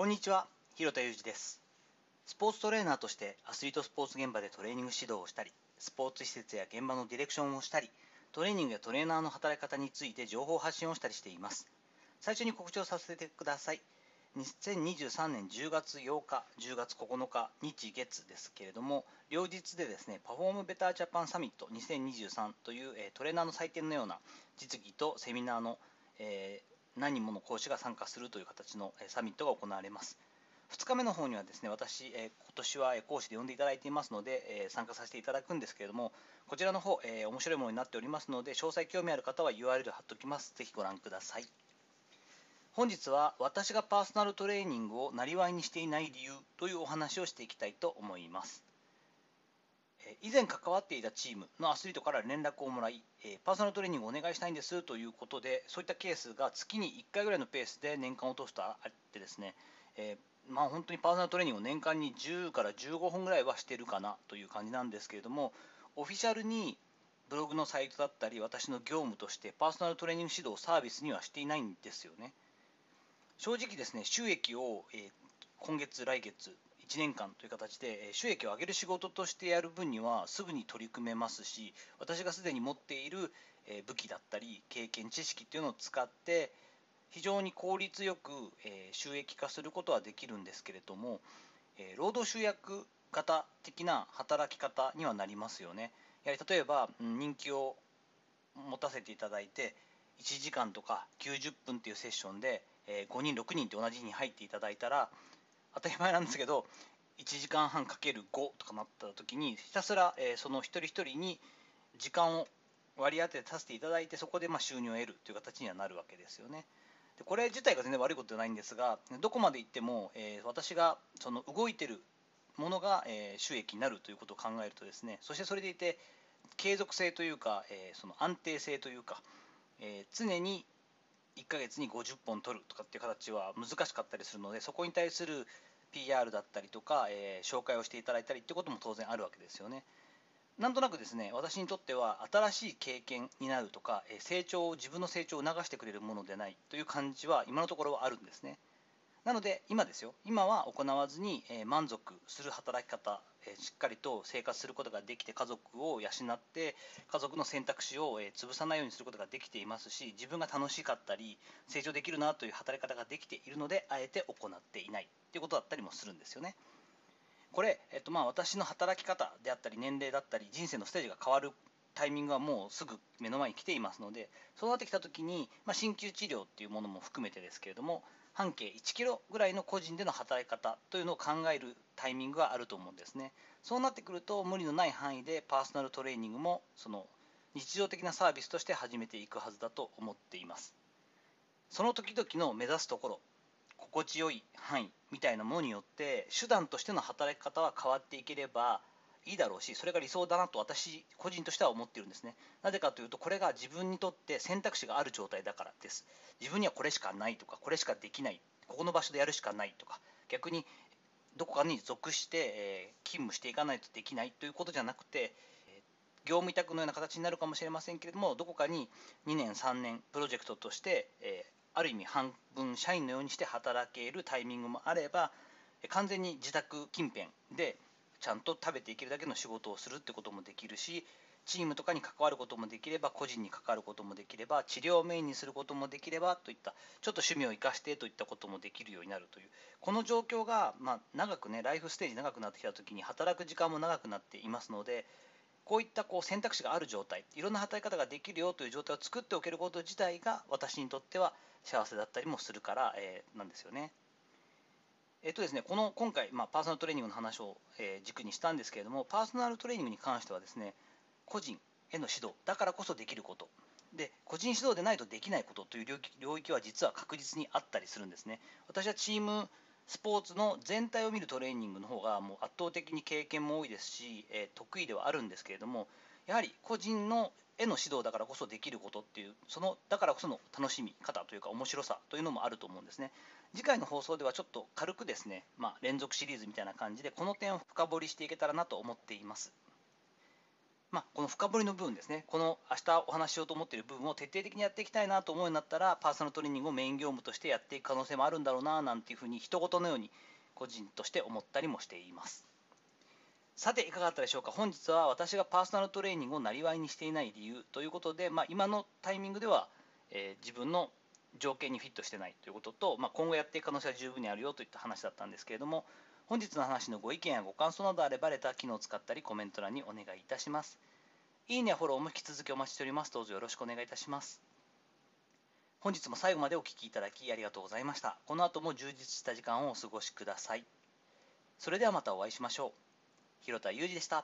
んにちは、広田裕二です。スポーツトレーナーとしてアスリートスポーツ現場でトレーニング指導をしたり、スポーツ施設や現場のディレクションをしたり、トレーニングやトレーナーの働き方について情報発信をしたりしています。最初に告知をさせてください。2023年10月8日、10月9日、日月ですけれども、両日でですね、パフォームベタージャパンサミット2023というトレーナーの祭典のような実技とセミナーの、何人もの講師が参加するという形のサミットが行われます。2日目の方にはですね、私、今年は講師で呼んでいただいていますので、参加させていただくんですけれども、こちらの方、面白いものになっておりますので、詳細興味ある方は URL 貼っておきます。ぜひご覧ください。本日は私がパーソナルトレーニングをなりわいにしていない理由というお話をしていきたいと思います。以前関わっていたチームのアスリートから連絡をもらい、パーソナルトレーニングをお願いしたいんですということで、そういったケースが月に1回ぐらいのペースで年間を通すとあってですね、本当にパーソナルトレーニングを年間に10から15本ぐらいはしてるかなという感じなんですけれども、オフィシャルにブログのサイトだったり、私の業務としてパーソナルトレーニング指導サービスにはしていないんですよね。正直ですね、収益を、今月、来月、1年間という形で収益を上げる仕事としてやる分にはすぐに取り組めますし、私がすでに持っている武器だったり経験、知識っていうのを使って非常に効率よく収益化することはできるんですけれども、労働集約型的な働き方にはなりますよね。やはり例えば人気を持たせていただいて1時間とか90分っていうセッションで5人6人って同じ日に入っていただいたら、当たり前なんですけど1時間半かける5とかなった時にひたすらその一人一人に時間を割り当てさせていただいて、そこで収入を得るという形にはなるわけですよね。でこれ自体が全然悪いことではないんですが、どこまでいっても私がその動いてるものが収益になるということを考えるとですね、そしてそれでいて継続性というかその安定性というか、常に1ヶ月に50本取るとかっていう形は難しかったりするので、そこに対する PR だったりとか、紹介をしていただいたりってことも当然あるわけですよね。なんとなくですね、私にとっては新しい経験になるとか、自分の成長を促してくれるものでないという感じは今のところはあるんですね。なので今ですよ、今は行わずに満足する働き方、しっかりと生活することができて、家族を養って家族の選択肢を潰さないようにすることができていますし、自分が楽しかったり成長できるなという働き方ができているので、あえて行っていないということだったりもするんですよね。これ、私の働き方であったり年齢だったり人生のステージが変わるタイミングはもうすぐ目の前に来ていますので、そうなってきた時に、鍼灸治療っていうものも含めてですけれども、半径1キロぐらいの個人での働き方というのを考えるタイミングがあると思うんですね。そうなってくると無理のない範囲でパーソナルトレーニングもその日常的なサービスとして始めていくはずだと思っています。その時々の目指すところ、心地よい範囲みたいなものによって手段としての働き方は変わっていければいいだろうし、それが理想だなと私個人としては思っているんですね。なぜかというと、これが自分にとって選択肢がある状態だからです。自分にはこれしかないとか、これしかできない、ここの場所でやるしかないとか、逆にどこかに属して、勤務していかないとできないということじゃなくて、業務委託のような形になるかもしれませんけれども、どこかに2年3年プロジェクトとして、ある意味半分社員のようにして働けるタイミングもあれば、完全に自宅近辺でちゃんと食べていけるだけの仕事をするってこともできるし、チームとかに関わることもできれば、個人に関わることもできれば、治療をメインにすることもできればといった、ちょっと趣味を生かしてといったこともできるようになるという、この状況が、長くね、ライフステージ長くなってきたときに働く時間も長くなっていますので、こういった選択肢がある状態、いろんな働き方ができるよという状態を作っておけること自体が私にとっては幸せだったりもするから、なんですよね。ですね、今回、パーソナルトレーニングの話を、軸にしたんですけれども、パーソナルトレーニングに関してはですね、個人への指導だからこそできることで、個人指導でないとできないことという領域は実は確実にあったりするんですね。私はチームスポーツの全体を見るトレーニングの方がもう圧倒的に経験も多いですし、得意ではあるんですけれども、やはり個人のへの指導だからこそできることっていう、そのだからこその楽しみ方というか面白さというのもあると思うんですね。次回の放送ではちょっと軽くですね、連続シリーズみたいな感じでこの点を深掘りしていけたらなと思っています。 この深掘りの部分ですね、この明日お話ししようと思っている部分を徹底的にやっていきたいなと思うようになったら、パーソナルトレーニングをメイン業務としてやっていく可能性もあるんだろうななんていうふうに、人事のように個人として思ったりもしています。さていかがだったでしょうか。本日は私がパーソナルトレーニングをなりわいにしていない理由ということで、今のタイミングでは、自分の条件にフィットしてないということと、今後やっていく可能性は十分にあるよといった話だったんですけれども、本日の話のご意見やご感想などあればレター機能を使ったりコメント欄にお願いいたします。いいねやフォローも引き続きお待ちしております。どうぞよろしくお願いいたします。本日も最後までお聞きいただきありがとうございました。この後も充実した時間をお過ごしください。それではまたお会いしましょう。広田裕二でした。